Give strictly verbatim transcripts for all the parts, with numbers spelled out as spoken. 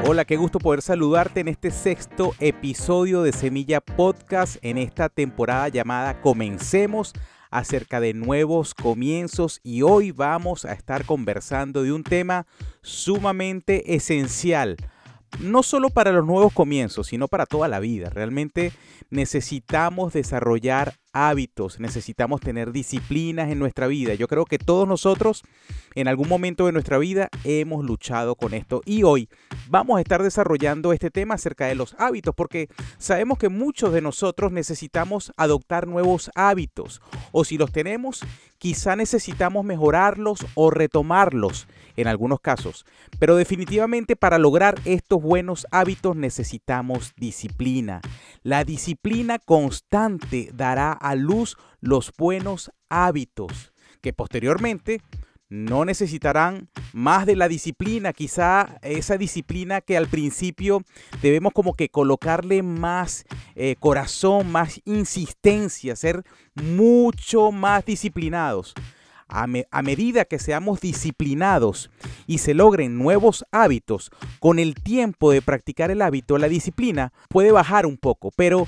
Hola, qué gusto poder saludarte en este sexto episodio de Semilla Podcast en esta temporada llamada Comencemos, acerca de nuevos comienzos, y hoy vamos a estar conversando de un tema sumamente esencial. No solo para los nuevos comienzos, sino para toda la vida. Realmente necesitamos desarrollar hábitos, necesitamos tener disciplinas en nuestra vida. Yo creo que todos nosotros en algún momento de nuestra vida hemos luchado con esto, y hoy vamos a estar desarrollando este tema acerca de los hábitos, porque sabemos que muchos de nosotros necesitamos adoptar nuevos hábitos, o si los tenemos, quizá necesitamos mejorarlos o retomarlos en algunos casos. Pero definitivamente para lograr estos buenos hábitos necesitamos disciplina. La disciplina constante dará a luz los buenos hábitos, que posteriormente no necesitarán más de la disciplina, quizá esa disciplina que al principio debemos como que colocarle más eh, corazón, más insistencia, ser mucho más disciplinados. A, me, a medida que seamos disciplinados y se logren nuevos hábitos, con el tiempo de practicar el hábito, la disciplina puede bajar un poco, pero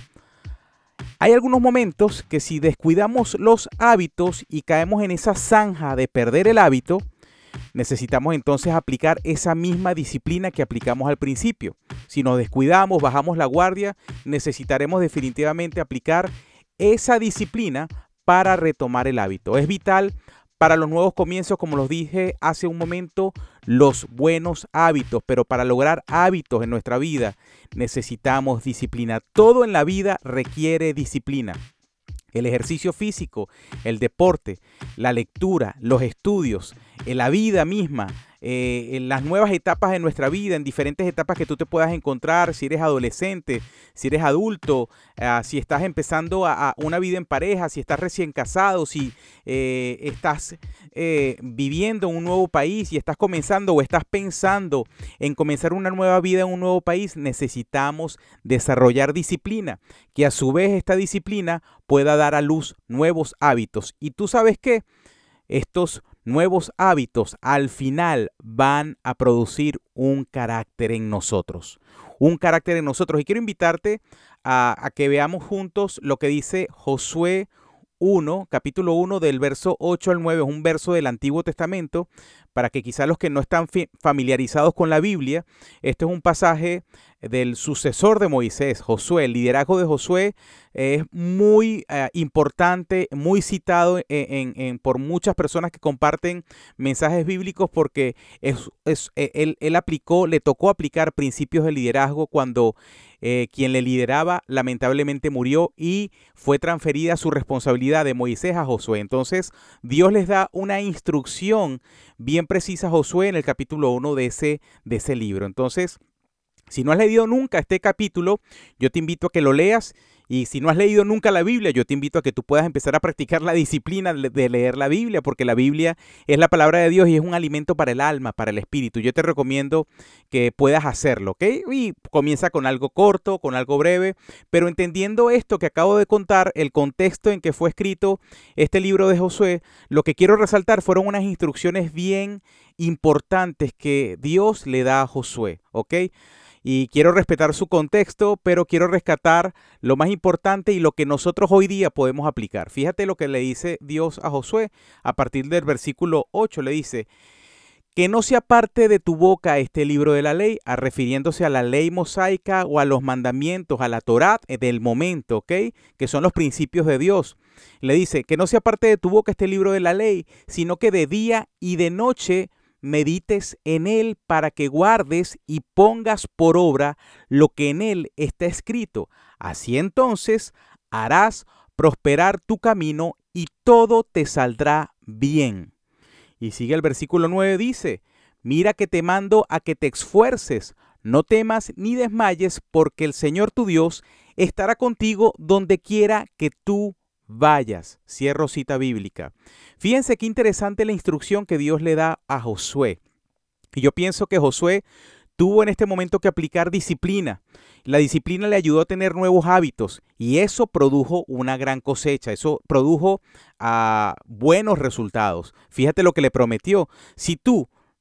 hay algunos momentos que si descuidamos los hábitos y caemos en esa zanja de perder el hábito, necesitamos entonces aplicar esa misma disciplina que aplicamos al principio. Si nos descuidamos, bajamos la guardia, necesitaremos definitivamente aplicar esa disciplina para retomar el hábito. Es vital para los nuevos comienzos, como los dije hace un momento, los buenos hábitos, pero para lograr hábitos en nuestra vida necesitamos disciplina. Todo en la vida requiere disciplina. El ejercicio físico, el deporte, la lectura, los estudios, la vida misma, eh, en las nuevas etapas de nuestra vida, en diferentes etapas que tú te puedas encontrar, si eres adolescente, si eres adulto, uh, si estás empezando a, a una vida en pareja, si estás recién casado, si eh, estás eh, viviendo en un nuevo país y estás comenzando o estás pensando en comenzar una nueva vida en un nuevo país, necesitamos desarrollar disciplina, que a su vez esta disciplina pueda dar a luz nuevos hábitos. Y tú sabes que estos nuevos hábitos al final van a producir un carácter en nosotros, un carácter en nosotros. Y quiero invitarte a, a que veamos juntos lo que dice Josué uno, capítulo uno, del verso ocho al nueve, es un verso del Antiguo Testamento, para que quizás los que no están familiarizados con la Biblia, este es un pasaje del sucesor de Moisés, Josué. El liderazgo de Josué es muy eh, importante, muy citado en, en, en, por muchas personas que comparten mensajes bíblicos, porque es, es, él, él aplicó, le tocó aplicar principios de liderazgo cuando eh, quien le lideraba lamentablemente murió y fue transferida su responsabilidad de Moisés a Josué. Entonces Dios les da una instrucción bien precisa a Josué en el capítulo uno de ese, de ese libro. Entonces, si no has leído nunca este capítulo, yo te invito a que lo leas. Y si no has leído nunca la Biblia, yo te invito a que tú puedas empezar a practicar la disciplina de leer la Biblia, porque la Biblia es la palabra de Dios y es un alimento para el alma, para el espíritu. Yo te recomiendo que puedas hacerlo, ¿ok? Y comienza con algo corto, con algo breve, pero entendiendo esto que acabo de contar, el contexto en que fue escrito este libro de Josué, lo que quiero resaltar fueron unas instrucciones bien importantes que Dios le da a Josué, ¿ok? Y quiero respetar su contexto, pero quiero rescatar lo más importante y lo que nosotros hoy día podemos aplicar. Fíjate lo que le dice Dios a Josué a partir del versículo ocho. Le dice: que no se aparte de tu boca este libro de la ley, a refiriéndose a la ley mosaica o a los mandamientos, a la Torá del momento, ¿ok? Que son los principios de Dios. Le dice que no se aparte de tu boca este libro de la ley, sino que de día y de noche medites en él, para que guardes y pongas por obra lo que en él está escrito. Así entonces harás prosperar tu camino y todo te saldrá bien. Y sigue el versículo nueve, dice: mira que te mando a que te esfuerces, no temas ni desmayes, porque el Señor tu Dios estará contigo donde quiera que tú vayas. Cierro cita bíblica. Fíjense qué interesante la instrucción que Dios le da a Josué. Y yo pienso que Josué tuvo en este momento que aplicar disciplina. La disciplina le ayudó a tener nuevos hábitos y eso produjo una gran cosecha, eso produjo uh, buenos resultados. Fíjate lo que le prometió: si tú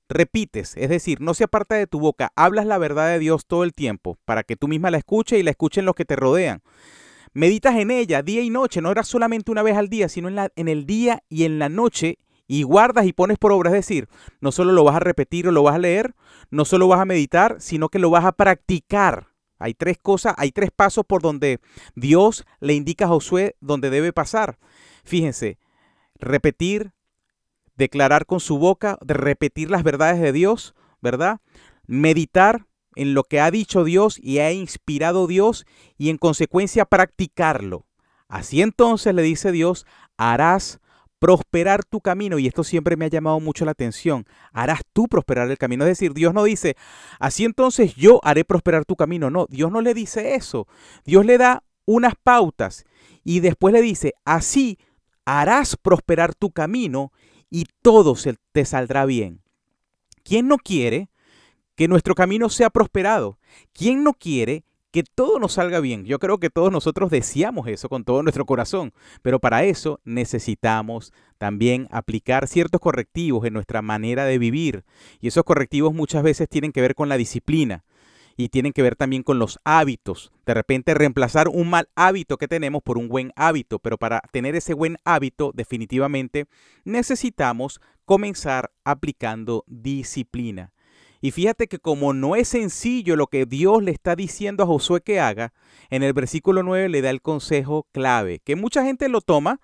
repites, es decir, no se aparta de tu boca, hablas la verdad de Dios todo el tiempo para que tú misma la escuches y la escuchen los que te rodean. Meditas en ella día y noche, no era solamente una vez al día, sino en, la, en el día y en la noche, y guardas y pones por obra, es decir, no solo lo vas a repetir o lo vas a leer, no solo vas a meditar, sino que lo vas a practicar. Hay tres cosas, hay tres pasos por donde Dios le indica a Josué dónde debe pasar. Fíjense, repetir, declarar con su boca, de repetir las verdades de Dios, ¿verdad? Meditar en lo que ha dicho Dios y ha inspirado Dios y en consecuencia practicarlo. Así entonces le dice Dios, harás prosperar tu camino, y esto siempre me ha llamado mucho la atención, harás tú prosperar el camino, es decir, Dios no dice, así entonces yo haré prosperar tu camino, no, Dios no le dice eso, Dios le da unas pautas y después le dice, así harás prosperar tu camino y todo se te saldrá bien. ¿Quién no quiere que nuestro camino sea prosperado? ¿Quién no quiere que todo nos salga bien? Yo creo que todos nosotros deseamos eso con todo nuestro corazón, pero para eso necesitamos también aplicar ciertos correctivos en nuestra manera de vivir. Y esos correctivos muchas veces tienen que ver con la disciplina y tienen que ver también con los hábitos. De repente reemplazar un mal hábito que tenemos por un buen hábito, pero para tener ese buen hábito definitivamente necesitamos comenzar aplicando disciplina. Y fíjate que como no es sencillo lo que Dios le está diciendo a Josué que haga, en el versículo nueve le da el consejo clave, que mucha gente lo toma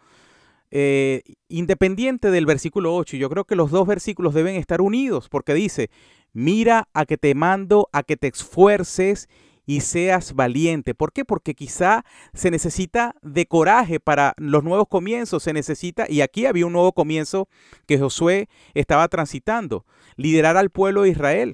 eh, independiente del versículo ocho. Yo creo que los dos versículos deben estar unidos porque dice, mira a que te mando a que te esfuerces y seas valiente. ¿Por qué? Porque quizá se necesita de coraje para los nuevos comienzos, se necesita, y aquí había un nuevo comienzo que Josué estaba transitando, liderar al pueblo de Israel,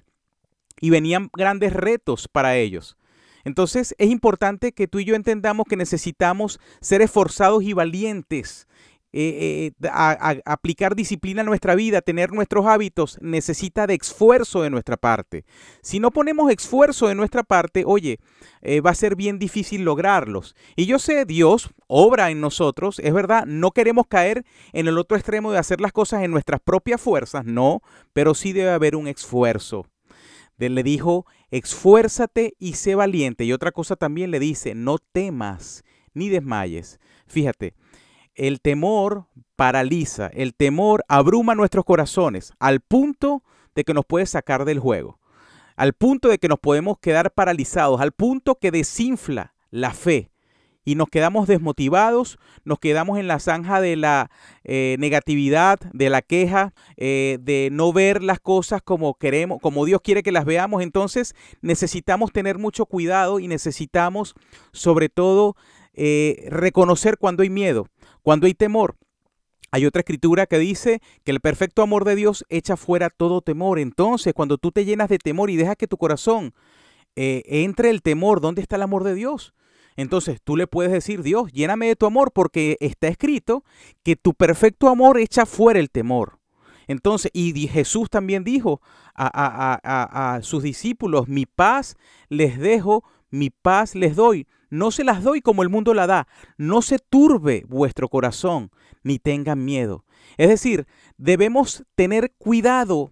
y venían grandes retos para ellos. Entonces es importante que tú y yo entendamos que necesitamos ser esforzados y valientes. Eh, eh, a, a aplicar disciplina en nuestra vida, tener nuestros hábitos, necesita de esfuerzo de nuestra parte. Si no ponemos esfuerzo de nuestra parte, oye, eh, va a ser bien difícil lograrlos. Y yo sé, Dios obra en nosotros, es verdad, no queremos caer en el otro extremo de hacer las cosas en nuestras propias fuerzas, no, pero sí debe haber un esfuerzo. Le dijo, esfuérzate y sé valiente. Y otra cosa también le dice, no temas ni desmayes. Fíjate, el temor paraliza, el temor abruma nuestros corazones al punto de que nos puede sacar del juego, al punto de que nos podemos quedar paralizados, al punto que desinfla la fe y nos quedamos desmotivados, nos quedamos en la zanja de la eh, negatividad, de la queja, eh, de no ver las cosas como queremos, como Dios quiere que las veamos. Entonces necesitamos tener mucho cuidado y necesitamos sobre todo eh, reconocer cuando hay miedo. Cuando hay temor, hay otra escritura que dice que el perfecto amor de Dios echa fuera todo temor. Entonces, cuando tú te llenas de temor y dejas que tu corazón eh, entre el temor, ¿dónde está el amor de Dios? Entonces, tú le puedes decir, Dios, lléname de tu amor, porque está escrito que tu perfecto amor echa fuera el temor. Entonces, y Jesús también dijo a, a, a, a, a sus discípulos, mi paz les dejo, mi paz les doy. No se las doy como el mundo la da. No se turbe vuestro corazón, ni tengan miedo. Es decir, debemos tener cuidado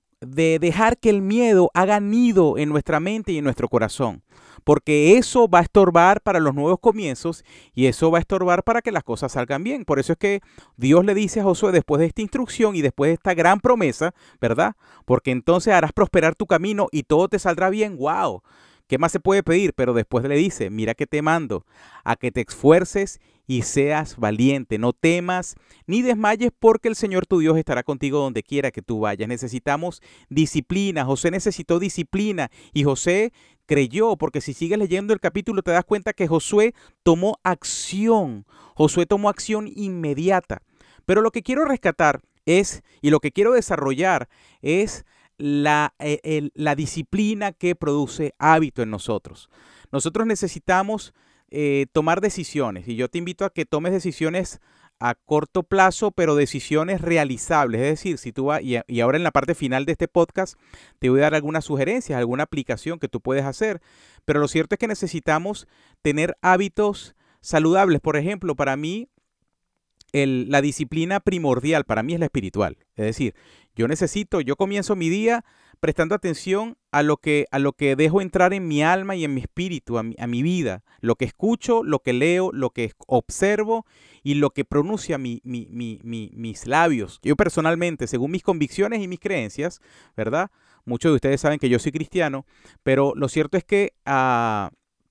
de dejar que el miedo haga nido en nuestra mente y en nuestro corazón, porque eso va a estorbar para los nuevos comienzos y eso va a estorbar para que las cosas salgan bien. Por eso es que Dios le dice a Josué después de esta instrucción y después de esta gran promesa, ¿verdad? Porque entonces harás prosperar tu camino y todo te saldrá bien. ¡Wow! ¿Qué más se puede pedir? Pero después le dice, mira que te mando a que te esfuerces y seas valiente. No temas ni desmayes porque el Señor tu Dios estará contigo donde quiera que tú vayas. Necesitamos disciplina. José necesitó disciplina y José creyó, porque si sigues leyendo el capítulo te das cuenta que Josué tomó acción. Josué tomó acción inmediata. Pero lo que quiero rescatar es, y lo que quiero desarrollar es La, el, la disciplina que produce hábito en nosotros. Nosotros necesitamos eh, tomar decisiones y yo te invito a que tomes decisiones a corto plazo, pero decisiones realizables. Es decir, si tú vas, y, y ahora en la parte final de este podcast te voy a dar algunas sugerencias, alguna aplicación que tú puedes hacer, pero lo cierto es que necesitamos tener hábitos saludables. Por ejemplo, para mí el, la disciplina primordial para mí es la espiritual. Es decir, yo necesito, yo comienzo mi día prestando atención a lo que, a lo que dejo entrar en mi alma y en mi espíritu, a mi, a mi vida, lo que escucho, lo que leo, lo que observo y lo que pronuncia mi, mi, mi, mi, mis labios. Yo personalmente, según mis convicciones y mis creencias, ¿verdad? Muchos de ustedes saben que yo soy cristiano, pero lo cierto es que uh,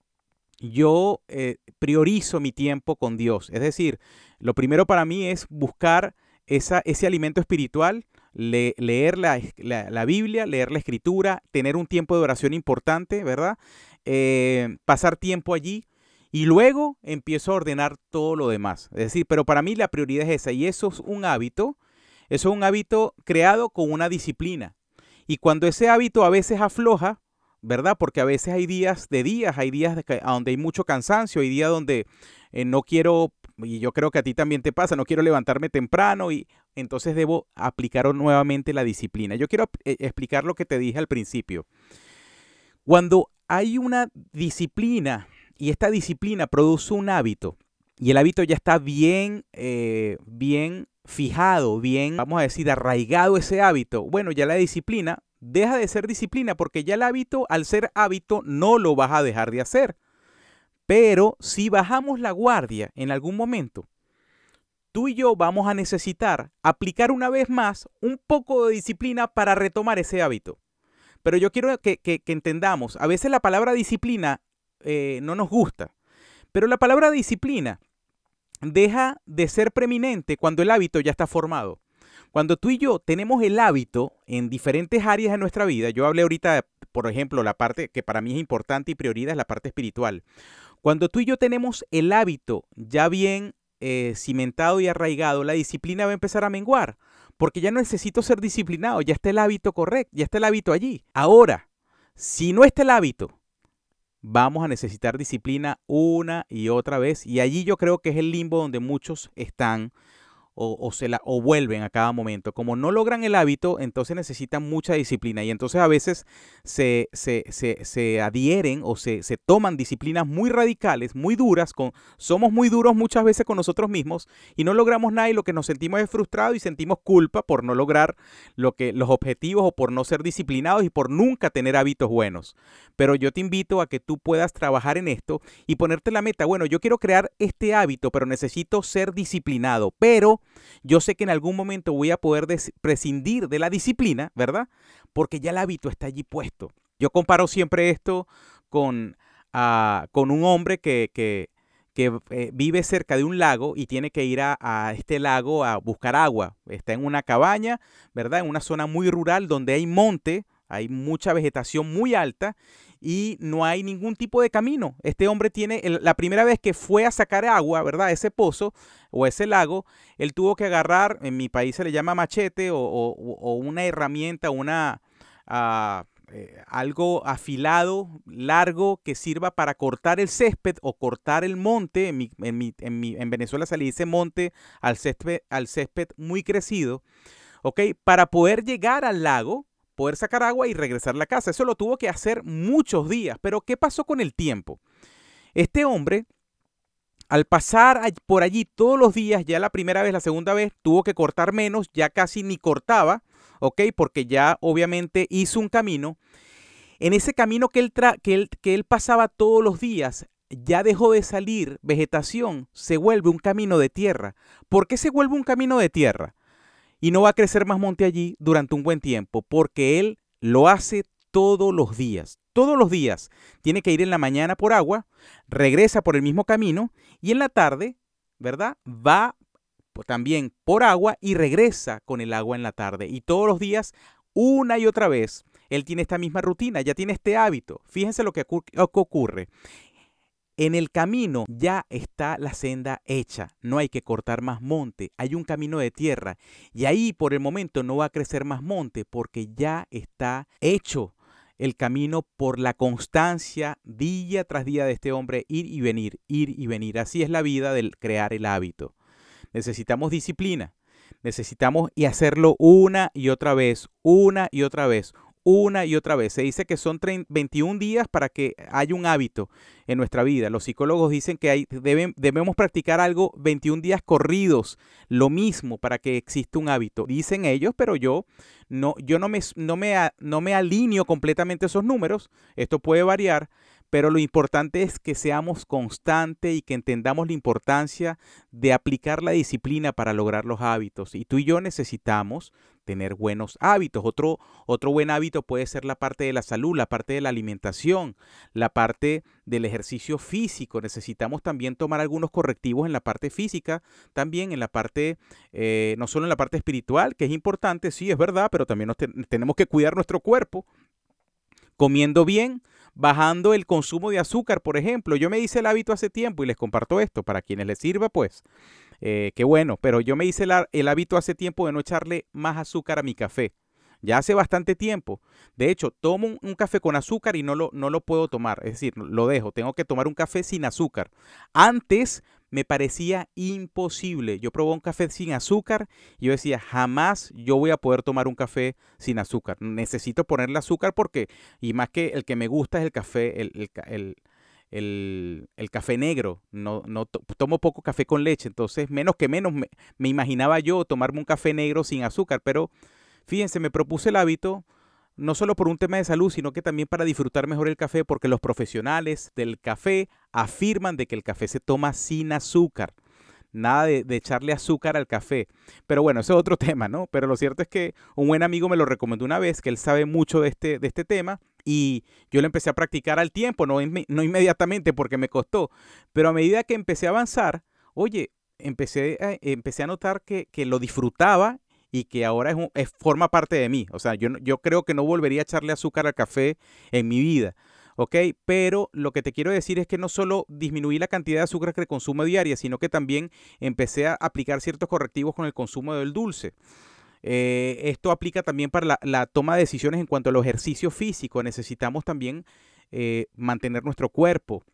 yo eh, priorizo mi tiempo con Dios. Es decir, lo primero para mí es buscar esa, ese alimento espiritual, le, leer la, la, la Biblia, leer la Escritura, tener un tiempo de oración importante, ¿verdad? Eh, pasar tiempo allí y luego empiezo a ordenar todo lo demás. Es decir, pero para mí la prioridad es esa y eso es un hábito, eso es un hábito creado con una disciplina. Y cuando ese hábito a veces afloja, ¿verdad? Porque a veces hay días de días, hay días de, donde hay mucho cansancio, hay días donde eh, no quiero, y yo creo que a ti también te pasa, no quiero levantarme temprano y entonces debo aplicar nuevamente la disciplina. Yo quiero eh, explicar lo que te dije al principio. Cuando hay una disciplina y esta disciplina produce un hábito y el hábito ya está bien, eh, bien fijado, bien, vamos a decir, arraigado ese hábito, bueno, ya la disciplina deja de ser disciplina porque ya el hábito, al ser hábito, no lo vas a dejar de hacer. Pero si bajamos la guardia en algún momento, tú y yo vamos a necesitar aplicar una vez más un poco de disciplina para retomar ese hábito. Pero yo quiero que, que, que entendamos, a veces la palabra disciplina eh, no nos gusta, pero la palabra disciplina deja de ser preeminente cuando el hábito ya está formado. Cuando tú y yo tenemos el hábito en diferentes áreas de nuestra vida, yo hablé ahorita, por ejemplo, la parte que para mí es importante y prioridad es la parte espiritual. Cuando tú y yo tenemos el hábito ya bien eh, cimentado y arraigado, la disciplina va a empezar a menguar, porque ya no necesito ser disciplinado, ya está el hábito correcto, ya está el hábito allí. Ahora, si no está el hábito, vamos a necesitar disciplina una y otra vez, y allí yo creo que es el limbo donde muchos están O, o, se la, o vuelven a cada momento. Como no logran el hábito, entonces necesitan mucha disciplina y entonces a veces se, se, se, se adhieren o se, se toman disciplinas muy radicales, muy duras. Con, somos muy duros muchas veces con nosotros mismos y no logramos nada y lo que nos sentimos es frustrado y sentimos culpa por no lograr lo que, los objetivos o por no ser disciplinados y por nunca tener hábitos buenos. Pero yo te invito a que tú puedas trabajar en esto y ponerte la meta. Bueno, yo quiero crear este hábito, pero necesito ser disciplinado. Pero yo sé que en algún momento voy a poder prescindir de la disciplina, ¿verdad? Porque ya el hábito está allí puesto. Yo comparo siempre esto con, uh, con un hombre que, que, que eh, vive cerca de un lago y tiene que ir a, a este lago a buscar agua. Está en una cabaña, ¿verdad? En una zona muy rural donde hay monte, hay mucha vegetación muy alta y no hay ningún tipo de camino. Este hombre tiene, el, la primera vez que fue a sacar agua, ¿verdad? Ese pozo o ese lago, él tuvo que agarrar, en mi país se le llama machete o, o, o una herramienta, una, uh, eh, algo afilado, largo, que sirva para cortar el césped o cortar el monte. En, mi, en, mi, en, mi, en Venezuela se le dice monte al césped, al césped muy crecido, ¿ok? Para poder llegar al lago, poder sacar agua y regresar a la casa. Eso lo tuvo que hacer muchos días. Pero ¿qué pasó con el tiempo? Este hombre, al pasar por allí todos los días, ya la primera vez, la segunda vez, tuvo que cortar menos, ya casi ni cortaba, ¿ok? Porque ya obviamente hizo un camino. En ese camino que él, tra que él, que él pasaba todos los días, ya dejó de salir vegetación, se vuelve un camino de tierra. ¿Por qué se vuelve un camino de tierra? Y no va a crecer más monte allí durante un buen tiempo, porque él lo hace todos los días. Todos los días tiene que ir en la mañana por agua, regresa por el mismo camino y en la tarde, ¿verdad? Va también por agua y regresa con el agua en la tarde. Y todos los días, una y otra vez, él tiene esta misma rutina, ya tiene este hábito. Fíjense lo que ocurre. En el camino ya está la senda hecha, no hay que cortar más monte, hay un camino de tierra y ahí por el momento no va a crecer más monte porque ya está hecho el camino por la constancia día tras día de este hombre, ir y venir, ir y venir. Así es la vida del crear el hábito. Necesitamos disciplina, necesitamos y hacerlo una y otra vez, una y otra vez. una y otra vez. Se dice que son veintiún días para que haya un hábito en nuestra vida. Los psicólogos dicen que hay, deben, debemos practicar algo veintiún días corridos, lo mismo para que exista un hábito. Dicen ellos, pero yo no, yo no me, no me, no me alineo completamente a esos números. Esto puede variar, pero lo importante es que seamos constantes y que entendamos la importancia de aplicar la disciplina para lograr los hábitos. Y tú y yo necesitamos tener buenos hábitos. Otro, otro buen hábito puede ser la parte de la salud, la parte de la alimentación, la parte del ejercicio físico. Necesitamos también tomar algunos correctivos en la parte física, también en la parte, eh, no solo en la parte espiritual, que es importante, sí, es verdad, pero también nos te- tenemos que cuidar nuestro cuerpo, comiendo bien, bajando el consumo de azúcar, por ejemplo. Yo me hice el hábito hace tiempo y les comparto esto para quienes les sirva, pues eh, qué bueno, pero yo me hice el, ha- el hábito hace tiempo de no echarle más azúcar a mi café. Ya hace bastante tiempo. De hecho, tomo un, un café con azúcar y no lo, no lo puedo tomar. Es decir, lo dejo. Tengo que tomar un café sin azúcar. Antes me parecía imposible. Yo probé un café sin azúcar y yo decía, jamás yo voy a poder tomar un café sin azúcar. Necesito ponerle azúcar porque, y más que el que me gusta es el café, el, el, ca- el- el- el café negro. No, no to- tomo poco café con leche, entonces menos que menos me, me imaginaba yo tomarme un café negro sin azúcar, pero fíjense, me propuse el hábito no solo por un tema de salud, sino que también para disfrutar mejor el café, porque los profesionales del café afirman de que el café se toma sin azúcar. Nada de, de echarle azúcar al café. Pero bueno, ese es otro tema, ¿no? Pero lo cierto es que un buen amigo me lo recomendó una vez, que él sabe mucho de este, de este tema, y yo lo empecé a practicar al tiempo, no, inme- no inmediatamente porque me costó, pero a medida que empecé a avanzar, oye, empecé a, empecé a notar que, que lo disfrutaba y que ahora es un- es- forma parte de mí. O sea, yo, no- yo creo que no volvería a echarle azúcar al café en mi vida. ¿Ok? Pero lo que te quiero decir es que no solo disminuí la cantidad de azúcar que consumo diaria, sino que también empecé a aplicar ciertos correctivos con el consumo del dulce. Eh, esto aplica también para la, la toma de decisiones en cuanto al ejercicio físico. Necesitamos también eh, mantener nuestro cuerpo.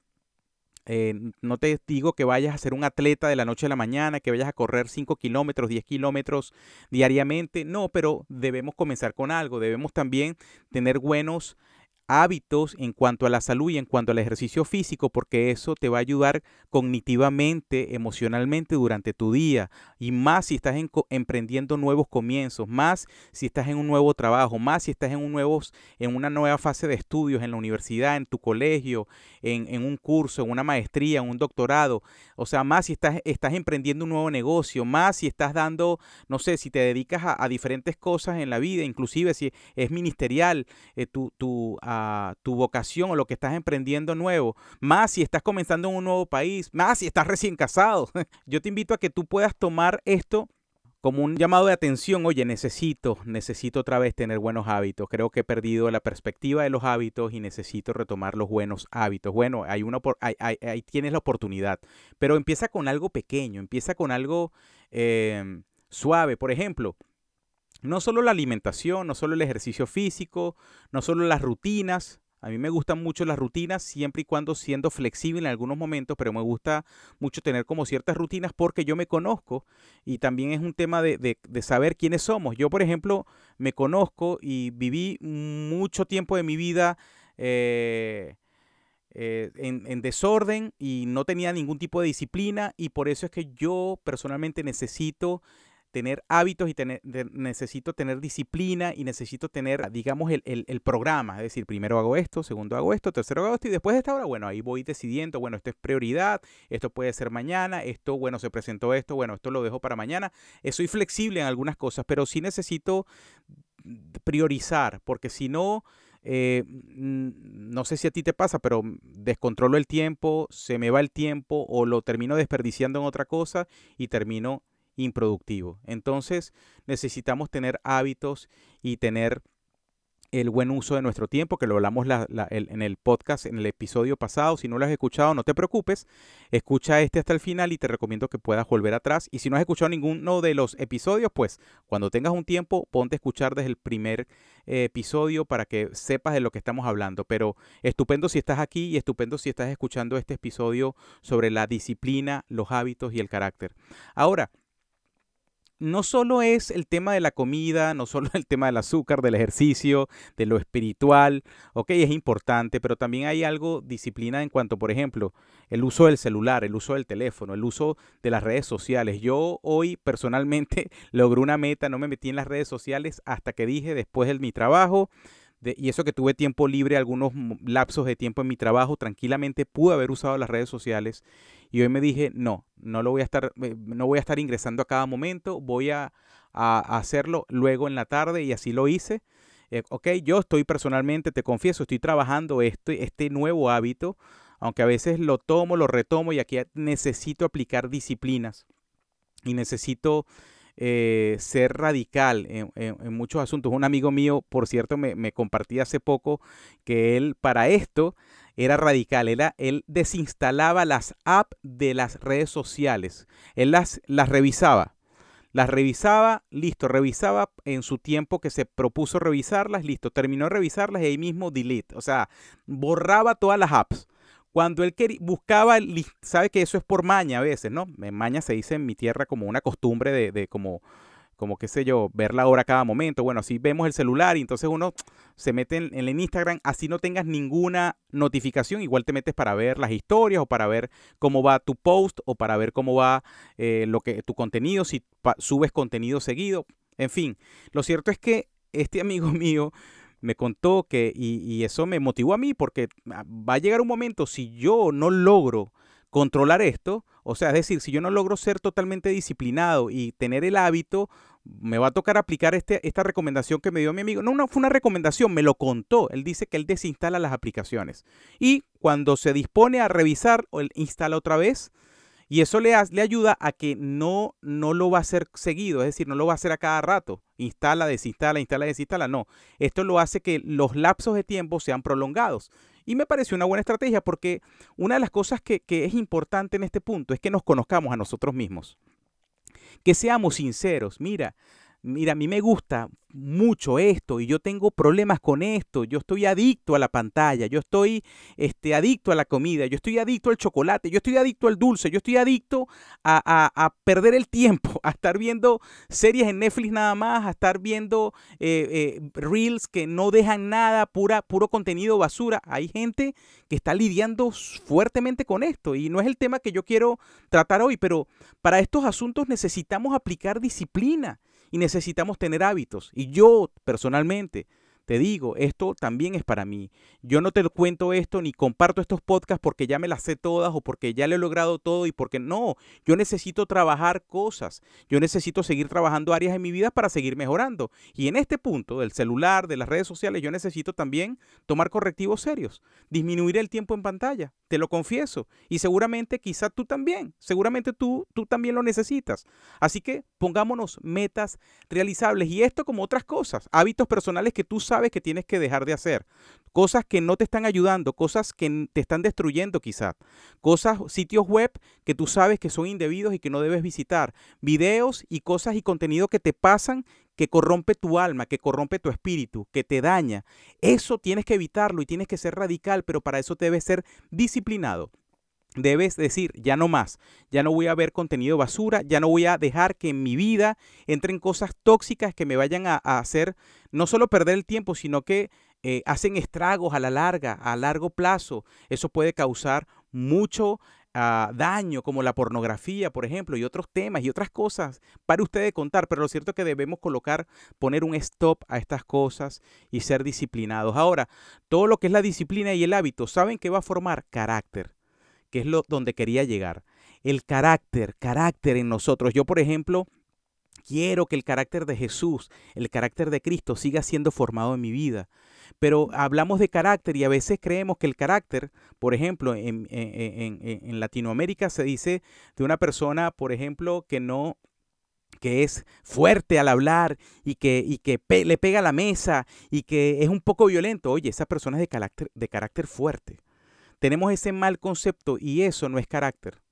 Eh, no te digo que vayas a ser un atleta de la noche a la mañana, que vayas a correr cinco kilómetros, diez kilómetros diariamente. No, pero debemos comenzar con algo. Debemos también tener buenos hábitos en cuanto a la salud y en cuanto al ejercicio físico, porque eso te va a ayudar cognitivamente, emocionalmente durante tu día, y más si estás en co- emprendiendo nuevos comienzos, más si estás en un nuevo trabajo, más si estás en, un nuevos, en una nueva fase de estudios en la universidad, en tu colegio, en, en un curso, en una maestría, en un doctorado. O sea, más si estás, estás emprendiendo un nuevo negocio, más si estás dando, no sé, si te dedicas a, a diferentes cosas en la vida, inclusive si es ministerial, eh, tu, tu, ah, tu vocación o lo que estás emprendiendo nuevo, más si estás comenzando en un nuevo país, más si estás recién casado. Yo te invito a que tú puedas tomar esto como un llamado de atención. Oye, necesito, necesito otra vez tener buenos hábitos. Creo que he perdido la perspectiva de los hábitos y necesito retomar los buenos hábitos. Bueno, hay una, opor- ahí, ahí- ahí tienes la oportunidad, pero empieza con algo pequeño, empieza con algo em, suave. Por ejemplo, no solo la alimentación, no solo el ejercicio físico, no solo las rutinas. A mí me gustan mucho las rutinas siempre y cuando siendo flexible en algunos momentos, pero me gusta mucho tener como ciertas rutinas porque yo me conozco y también es un tema de, de- de saber quiénes somos. Yo, por ejemplo, me conozco y viví mucho tiempo de mi vida eh, eh, en, en desorden y no tenía ningún tipo de disciplina, y por eso es que yo personalmente necesito tener hábitos y tener, de- necesito tener disciplina y necesito tener, digamos, el, el- el programa. Es decir, primero hago esto, segundo hago esto, tercero hago esto, y después de esta hora, bueno, ahí voy decidiendo, bueno, esto es prioridad, esto puede ser mañana, esto, bueno, se presentó esto, bueno, esto lo dejo para mañana. Eh, soy flexible en algunas cosas, pero sí necesito priorizar, porque si no, eh, mm, no sé si a ti te pasa, pero descontrolo el tiempo, se me va el tiempo o lo termino desperdiciando en otra cosa y termino improductivo. Entonces necesitamos tener hábitos y tener el buen uso de nuestro tiempo, que lo hablamos la- la- el- en el podcast, en el episodio pasado. Si no lo has escuchado, no te preocupes, escucha este hasta el final y te recomiendo que puedas volver atrás. Y si no has escuchado ninguno de los episodios, pues cuando tengas un tiempo, ponte a escuchar desde el primer eh, episodio para que sepas de lo que estamos hablando. Pero estupendo si estás aquí y estupendo si estás escuchando este episodio sobre la disciplina, los hábitos y el carácter. Ahora, no solo es el tema de la comida, no solo el tema del azúcar, del ejercicio, de lo espiritual, ok, es importante, pero también hay algo, disciplina en cuanto, por ejemplo, el uso del celular, el uso del teléfono, el uso de las redes sociales. Yo hoy personalmente logré una meta, no me metí en las redes sociales hasta que dije después de mi trabajo, de, y eso que tuve tiempo libre, algunos lapsos de tiempo en mi trabajo, tranquilamente pude haber usado las redes sociales y hoy me dije, no, no lo voy a estar, no voy a estar ingresando a cada momento, voy a, a hacerlo luego en la tarde y así lo hice. Eh, ok, yo estoy personalmente, te confieso, estoy trabajando este, este nuevo hábito, aunque a veces lo tomo, lo retomo y aquí necesito aplicar disciplinas y necesito eh, ser radical en, en- en muchos asuntos. Un amigo mío, por cierto, me, me compartía hace poco que él para esto era radical. Era, él desinstalaba las apps de las redes sociales. Él las, las revisaba. Las revisaba, listo, revisaba en su tiempo que se propuso revisarlas, listo, terminó de revisarlas y ahí mismo delete, o sea, borraba todas las apps. Cuando él quería, buscaba, el lis- sabe que eso es por maña a veces, ¿no? En maña se dice en mi tierra como una costumbre de, de como, como qué sé yo, ver la hora a cada momento. Bueno, así vemos el celular y entonces uno se mete en, en el Instagram, así no tengas ninguna notificación, igual te metes para ver las historias o para ver cómo va tu post o para ver cómo va eh, lo que, tu contenido, si pa- subes contenido seguido, en fin. Lo cierto es que este amigo mío me contó que, y, y eso me motivó a mí porque ah, va a llegar un momento, si yo no logro controlar esto, o sea, es decir, si yo no logro ser totalmente disciplinado y tener el hábito, me va a tocar aplicar este, esta recomendación que me dio mi amigo. No, no fue una recomendación, me lo contó. Él dice que él desinstala las aplicaciones y cuando se dispone a revisar, o él instala otra vez y eso le, ha- le ayuda a que no, no lo va a hacer seguido, es decir, no lo va a hacer a cada rato. Instala, desinstala, instala, desinstala. No, esto lo hace que los lapsos de tiempo sean prolongados. Y me pareció una buena estrategia porque una de las cosas que, que es importante en este punto es que nos conozcamos a nosotros mismos, que seamos sinceros. Mira, mira, a mí me gusta mucho esto y yo tengo problemas con esto. Yo estoy adicto a la pantalla, yo estoy este, adicto a la comida, yo estoy adicto al chocolate, yo estoy adicto al dulce, yo estoy adicto a, a- a perder el tiempo, a estar viendo series en Netflix nada más, a estar viendo eh, eh, reels que no dejan nada, pura, puro contenido basura. Hay gente que está lidiando fuertemente con esto y no es el tema que yo quiero tratar hoy, pero para estos asuntos necesitamos aplicar disciplina y necesitamos tener hábitos. Y yo personalmente te digo, esto también es para mí. Yo no te cuento esto ni comparto estos podcasts porque ya me las sé todas o porque ya lo he logrado todo y porque no, yo necesito trabajar cosas. Yo necesito seguir trabajando áreas en mi vida para seguir mejorando. Y en este punto del celular, de las redes sociales, yo necesito también tomar correctivos serios, disminuir el tiempo en pantalla, te lo confieso. Y seguramente quizá tú también, seguramente tú, tú también lo necesitas. Así que pongámonos metas realizables y esto como otras cosas, hábitos personales que tú sabes que tienes que dejar de hacer, cosas que no te están ayudando, cosas que n- te están destruyendo quizás, cosas, sitios web que tú sabes que son indebidos y que no debes visitar, videos y cosas y contenido que te pasan que corrompe tu alma, que corrompe tu espíritu, que te daña. Eso tienes que evitarlo y tienes que ser radical, pero para eso debes ser disciplinado. Debes decir, ya no más, ya no voy a ver contenido basura, ya no voy a dejar que en mi vida entren cosas tóxicas que me vayan a, a hacer no solo perder el tiempo, sino que eh, hacen estragos a la larga, a largo plazo. Eso puede causar mucho ah, daño, como la pornografía, por ejemplo, y otros temas y otras cosas para usted de contar, pero lo cierto es que debemos colocar, poner un stop a estas cosas y ser disciplinados. Ahora, todo lo que es la disciplina y el hábito, ¿saben que va a formar carácter? Que es lo donde quería llegar. El carácter, carácter en nosotros. Yo, por ejemplo, quiero que el carácter de Jesús, el carácter de Cristo siga siendo formado en mi vida. Pero hablamos de carácter y a veces creemos que el carácter, por ejemplo, en, en, en, en Latinoamérica se dice de una persona, por ejemplo, que no que es fuerte al hablar y que, y que pe le pega a la mesa y que es un poco violento. Oye, esa persona es de carácter, de carácter fuerte. Tenemos ese mal concepto y eso no es carácter.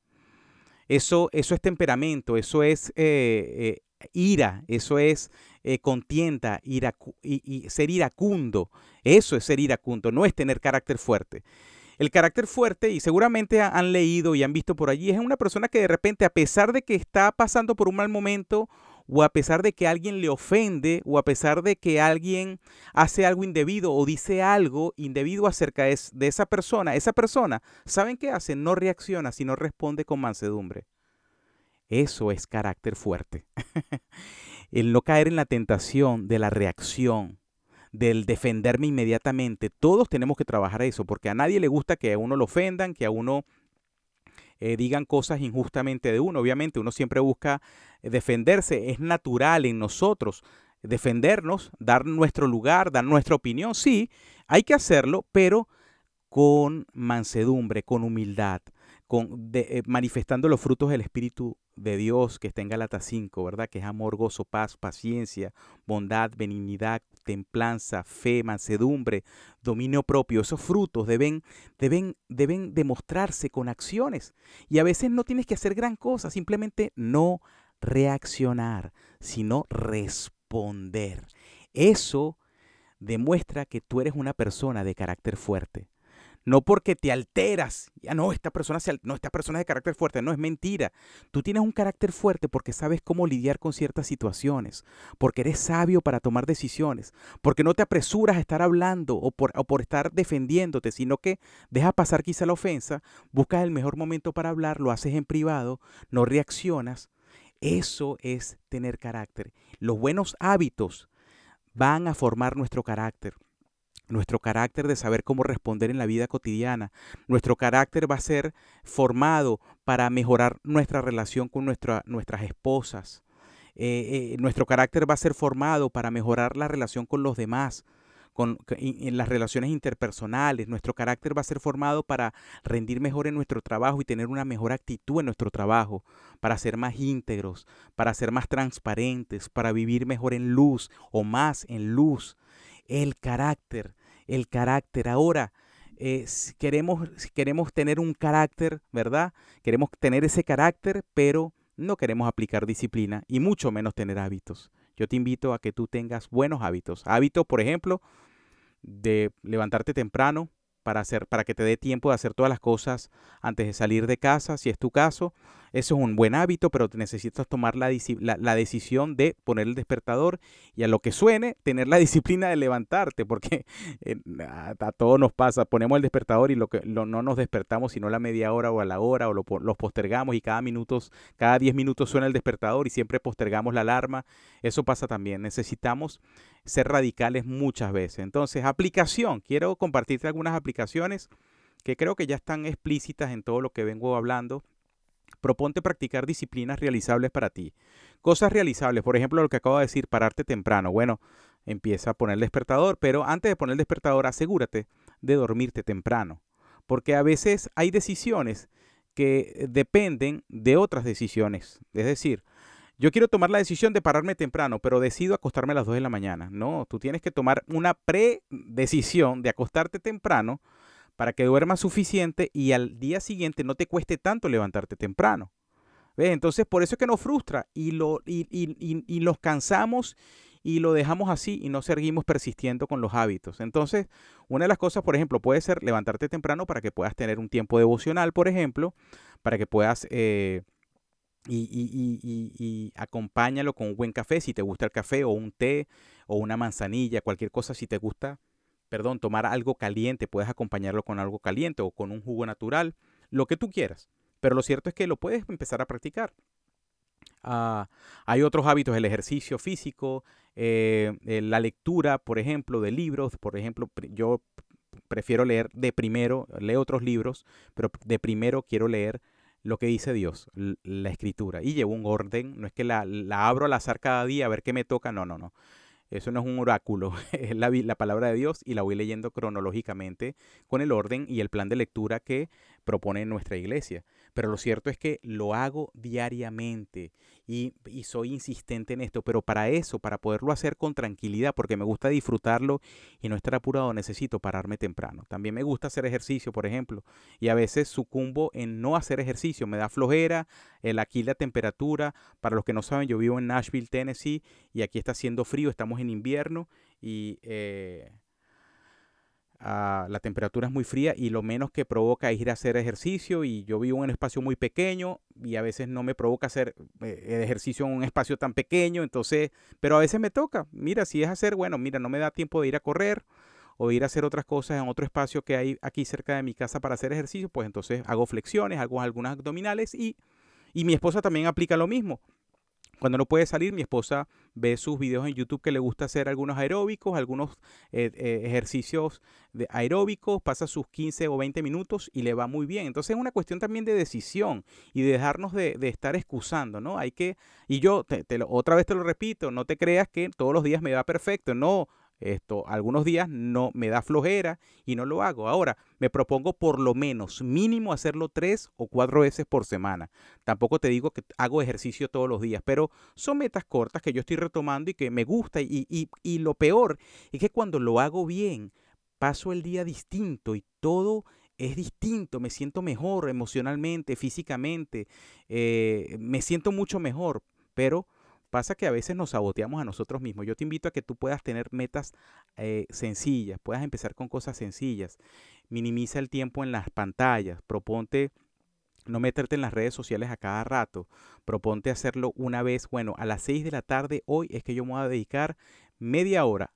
Eso, eso es temperamento, eso es eh, eh, ira, eso es eh, contienda, iracu y, y ser iracundo. Eso es ser iracundo, no es tener carácter fuerte. El carácter fuerte, y seguramente ha- han leído y han visto por allí, es una persona que de repente, a pesar de que está pasando por un mal momento o a pesar de que alguien le ofende, o a pesar de que alguien hace algo indebido o dice algo indebido acerca de, de esa persona, esa persona, ¿saben qué hace? No reacciona, sino responde con mansedumbre. Eso es carácter fuerte. El no caer en la tentación de la reacción, del defenderme inmediatamente. Todos tenemos que trabajar eso, porque a nadie le gusta que a uno lo ofendan, que a uno eh, digan cosas injustamente de uno. Obviamente uno siempre busca eh, defenderse, es natural en nosotros defendernos, dar nuestro lugar, dar nuestra opinión. Sí, hay que hacerlo, pero con mansedumbre, con humildad, con, de, eh, manifestando los frutos del Espíritu de Dios que está en Gálatas cinco, ¿verdad? Que es amor, gozo, paz, paciencia, bondad, benignidad, templanza, fe, mansedumbre, dominio propio. Esos frutos deben, deben, deben demostrarse con acciones. Y a veces no tienes que hacer gran cosa, simplemente no reaccionar, sino responder. Eso demuestra que tú eres una persona de carácter fuerte. No porque te alteras, ya no, esta persona, se, no, esta persona es de carácter fuerte, no, es mentira. Tú tienes un carácter fuerte porque sabes cómo lidiar con ciertas situaciones, porque eres sabio para tomar decisiones, porque no te apresuras a estar hablando o por, o por estar defendiéndote, sino que dejas pasar quizá la ofensa, buscas el mejor momento para hablar, lo haces en privado, no reaccionas. Eso es tener carácter. Los buenos hábitos van a formar nuestro carácter. Nuestro carácter de saber cómo responder en la vida cotidiana. Nuestro carácter va a ser formado para mejorar nuestra relación con nuestra, nuestras esposas. Eh, eh, nuestro carácter va a ser formado para mejorar la relación con los demás, con, en las relaciones interpersonales. Nuestro carácter va a ser formado para rendir mejor en nuestro trabajo y tener una mejor actitud en nuestro trabajo, para ser más íntegros, para ser más transparentes, para vivir mejor en luz o más en luz. El carácter, el carácter. Ahora, eh, si queremos, si queremos tener un carácter, ¿verdad? Queremos tener ese carácter, pero no queremos aplicar disciplina y mucho menos tener hábitos. Yo te invito a que tú tengas buenos hábitos. Hábitos, por ejemplo, de levantarte temprano para hacer, para que te dé tiempo de hacer todas las cosas antes de salir de casa, si es tu caso. Eso es un buen hábito, pero necesitas tomar la, la, la decisión de poner el despertador y a lo que suene, tener la disciplina de levantarte, porque eh, a, a todos nos pasa, ponemos el despertador y lo que lo, no nos despertamos sino a la media hora o a la hora, o lo, los postergamos y cada minutos, cada diez minutos suena el despertador y siempre postergamos la alarma. Eso pasa también. Necesitamos ser radicales muchas veces. Entonces, aplicación. Quiero compartirte algunas aplicaciones que creo que ya están explícitas en todo lo que vengo hablando. Proponte practicar disciplinas realizables para ti. Cosas realizables, por ejemplo, lo que acabo de decir, pararte temprano. Bueno, empieza a poner el despertador, pero antes de poner el despertador, asegúrate de dormirte temprano. Porque a veces hay decisiones que dependen de otras decisiones. Es decir, yo quiero tomar la decisión de pararme temprano, pero decido acostarme a las dos de la mañana. No, tú tienes que tomar una predecisión de acostarte temprano para que duermas suficiente y al día siguiente no te cueste tanto levantarte temprano. ¿Ves? Entonces, por eso es que nos frustra y, lo, y, y, y, y los cansamos y lo dejamos así y no seguimos persistiendo con los hábitos. Entonces, una de las cosas, por ejemplo, puede ser levantarte temprano para que puedas tener un tiempo devocional, por ejemplo, para que puedas... Eh, Y, y, y, y, y acompáñalo con un buen café, si te gusta el café, o un té, o una manzanilla, cualquier cosa, si te gusta, perdón, tomar algo caliente, puedes acompañarlo con algo caliente o con un jugo natural, lo que tú quieras. Pero lo cierto es que lo puedes empezar a practicar. Uh, hay otros hábitos, el ejercicio físico, eh, eh, la lectura, por ejemplo, de libros. Por ejemplo, yo prefiero leer de primero, leo otros libros, pero de primero quiero leer lo que dice Dios, la escritura. Y llevo un orden, no es que la, la abro al azar cada día a ver qué me toca, no, no, no. Eso no es un oráculo, es la, la palabra de Dios y la voy leyendo cronológicamente con el orden y el plan de lectura que propone nuestra iglesia. Pero lo cierto es que lo hago diariamente y, y soy insistente en esto. Pero para eso, para poderlo hacer con tranquilidad, porque me gusta disfrutarlo y no estar apurado, necesito pararme temprano. También me gusta hacer ejercicio, por ejemplo, y a veces sucumbo en no hacer ejercicio. Me da flojera, el, aquí la temperatura. Para los que no saben, yo vivo en Nashville, Tennessee, y aquí está haciendo frío, estamos en invierno y... Eh, Uh, la temperatura es muy fría y lo menos que provoca es ir a hacer ejercicio, y yo vivo en un espacio muy pequeño y a veces no me provoca hacer eh, ejercicio en un espacio tan pequeño, entonces, pero a veces me toca. Mira, si es hacer, bueno, mira, no me da tiempo de ir a correr o de ir a hacer otras cosas en otro espacio que hay aquí cerca de mi casa para hacer ejercicio, pues entonces hago flexiones, hago algunas abdominales, y, y mi esposa también aplica lo mismo. Cuando no puede salir, mi esposa ve sus videos en YouTube que le gusta hacer algunos aeróbicos, algunos eh, eh, ejercicios de aeróbicos, pasa sus quince o veinte minutos y le va muy bien. Entonces es una cuestión también de decisión y de dejarnos de, de estar excusando, ¿no? Hay que, y yo te, te lo, otra vez te lo repito, no te creas que todos los días me va perfecto, no. Esto, algunos días no me da flojera y no lo hago. Ahora, me propongo por lo menos mínimo hacerlo tres o cuatro veces por semana. Tampoco te digo que hago ejercicio todos los días, pero son metas cortas que yo estoy retomando y que me gusta. Y, y, y lo peor es que cuando lo hago bien, paso el día distinto y todo es distinto. Me siento mejor emocionalmente, físicamente, eh, me siento mucho mejor, pero pasa que a veces nos saboteamos a nosotros mismos. Yo te invito a que tú puedas tener metas eh, sencillas, puedas empezar con cosas sencillas. Minimiza el tiempo en las pantallas, proponte no meterte en las redes sociales a cada rato, proponte hacerlo una vez. Bueno, a las seis de la tarde hoy es que yo me voy a dedicar media hora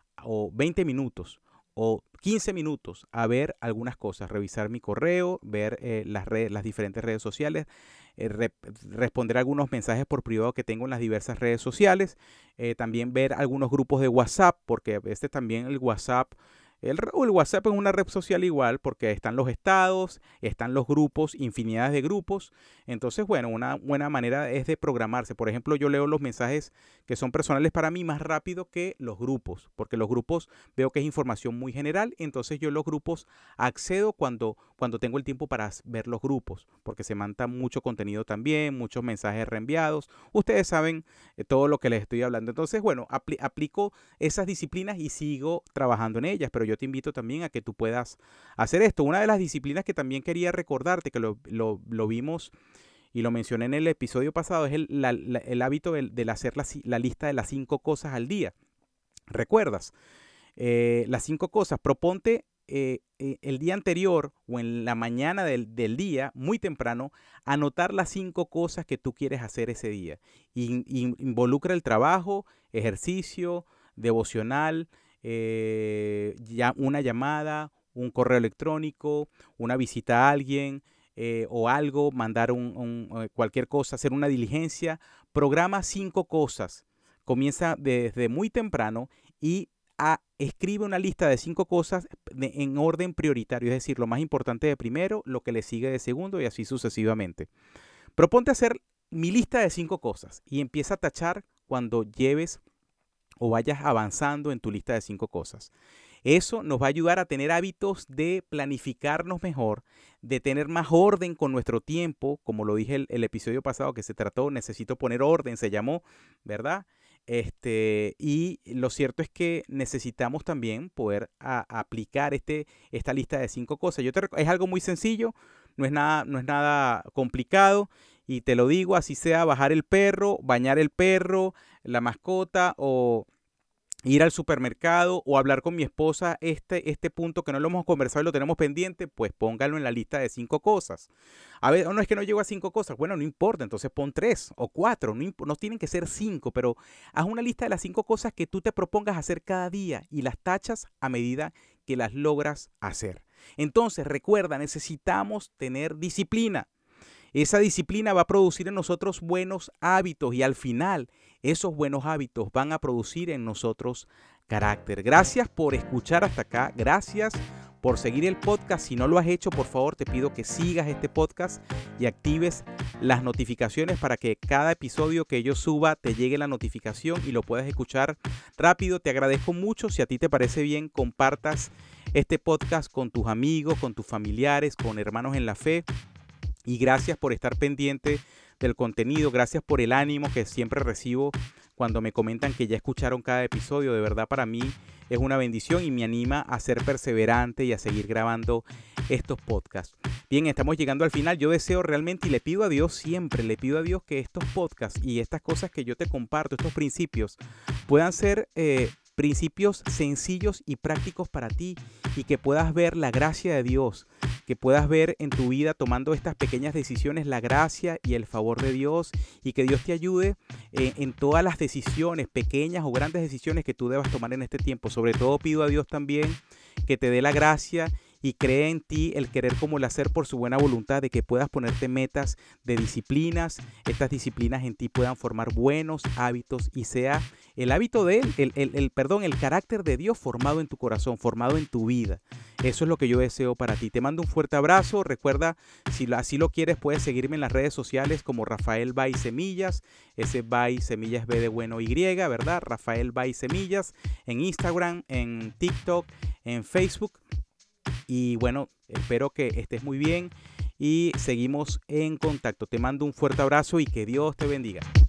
o veinte minutos o quince minutos a ver algunas cosas, revisar mi correo, ver eh, las, redes, las diferentes redes sociales, eh, re responder algunos mensajes por privado que tengo en las diversas redes sociales, eh, también ver algunos grupos de WhatsApp, porque a veces también el WhatsApp, el, el WhatsApp es una red social igual, porque están los estados, están los grupos, infinidades de grupos. Entonces, bueno, una buena manera es de programarse. Por ejemplo, yo leo los mensajes que son personales para mí más rápido que los grupos, porque los grupos veo que es información muy general, entonces yo los grupos accedo cuando, cuando tengo el tiempo para ver los grupos, porque se manda mucho contenido también, muchos mensajes reenviados. Ustedes saben eh, todo lo que les estoy hablando. Entonces, bueno, apl aplico esas disciplinas y sigo trabajando en ellas, pero yo te invito también a que tú puedas hacer esto. Una de las disciplinas que también quería recordarte, que lo, lo, lo vimos y lo mencioné en el episodio pasado, es el, la, la, el hábito del, del hacer la, la lista de las cinco cosas al día. ¿Recuerdas? Eh, las cinco cosas. Proponte eh, eh, el día anterior o en la mañana del, del día, muy temprano, anotar las cinco cosas que tú quieres hacer ese día. In, in, involucra el trabajo, ejercicio, devocional, eh, ya una llamada, un correo electrónico, una visita a alguien, Eh, o algo, mandar un, un, cualquier cosa, hacer una diligencia. Programa cinco cosas. Comienza desde muy temprano y a, escribe una lista de cinco cosas de, en orden prioritario, es decir, lo más importante de primero, lo que le sigue de segundo y así sucesivamente. Proponte hacer mi lista de cinco cosas y empieza a tachar cuando lleves o vayas avanzando en tu lista de cinco cosas. Eso nos va a ayudar a tener hábitos de planificarnos mejor, de tener más orden con nuestro tiempo, como lo dije el, el episodio pasado que se trató, necesito poner orden, se llamó, ¿verdad? Este, y lo cierto es que necesitamos también poder a, a aplicar este, esta lista de cinco cosas. Yo te, es algo muy sencillo, no es nada, no es nada complicado. Y te lo digo, así sea bajar el perro, bañar el perro, la mascota, o ir al supermercado o hablar con mi esposa, este, este punto que no lo hemos conversado y lo tenemos pendiente, pues póngalo en la lista de cinco cosas. A ver, no es que no llego a cinco cosas, bueno, no importa, entonces pon tres o cuatro, no, no tienen que ser cinco, pero haz una lista de las cinco cosas que tú te propongas hacer cada día y las tachas a medida que las logras hacer. Entonces, recuerda, necesitamos tener disciplina. Esa disciplina va a producir en nosotros buenos hábitos y al final esos buenos hábitos van a producir en nosotros carácter. Gracias por escuchar hasta acá. Gracias por seguir el podcast. Si no lo has hecho, por favor, te pido que sigas este podcast y actives las notificaciones para que cada episodio que yo suba te llegue la notificación y lo puedas escuchar rápido. Te agradezco mucho. Si a ti te parece bien, compartas este podcast con tus amigos, con tus familiares, con hermanos en la fe. Y gracias por estar pendiente del contenido, gracias por el ánimo que siempre recibo cuando me comentan que ya escucharon cada episodio. De verdad, para mí es una bendición y me anima a ser perseverante y a seguir grabando estos podcasts. Bien, estamos llegando al final. Yo deseo realmente y le pido a Dios siempre, le pido a Dios que estos podcasts y estas cosas que yo te comparto, estos principios, puedan ser eh, principios sencillos y prácticos para ti y que puedas ver la gracia de Dios, que puedas ver en tu vida tomando estas pequeñas decisiones la gracia y el favor de Dios y que Dios te ayude eh, en todas las decisiones, pequeñas o grandes decisiones que tú debas tomar en este tiempo. Sobre todo pido a Dios también que te dé la gracia y cree en ti el querer como el hacer por su buena voluntad, de que puedas ponerte metas de disciplinas, estas disciplinas en ti puedan formar buenos hábitos y sea el hábito de Él, el, el, el, perdón, el carácter de Dios formado en tu corazón, formado en tu vida. Eso es lo que yo deseo para ti. Te mando un fuerte abrazo. Recuerda, si así lo quieres, puedes seguirme en las redes sociales como Rafael Bay Semillas. Ese Bay Semillas B de bueno Y, ¿verdad? Rafael Bay Semillas en Instagram, en TikTok, en Facebook. Y bueno, espero que estés muy bien y seguimos en contacto. Te mando un fuerte abrazo y que Dios te bendiga.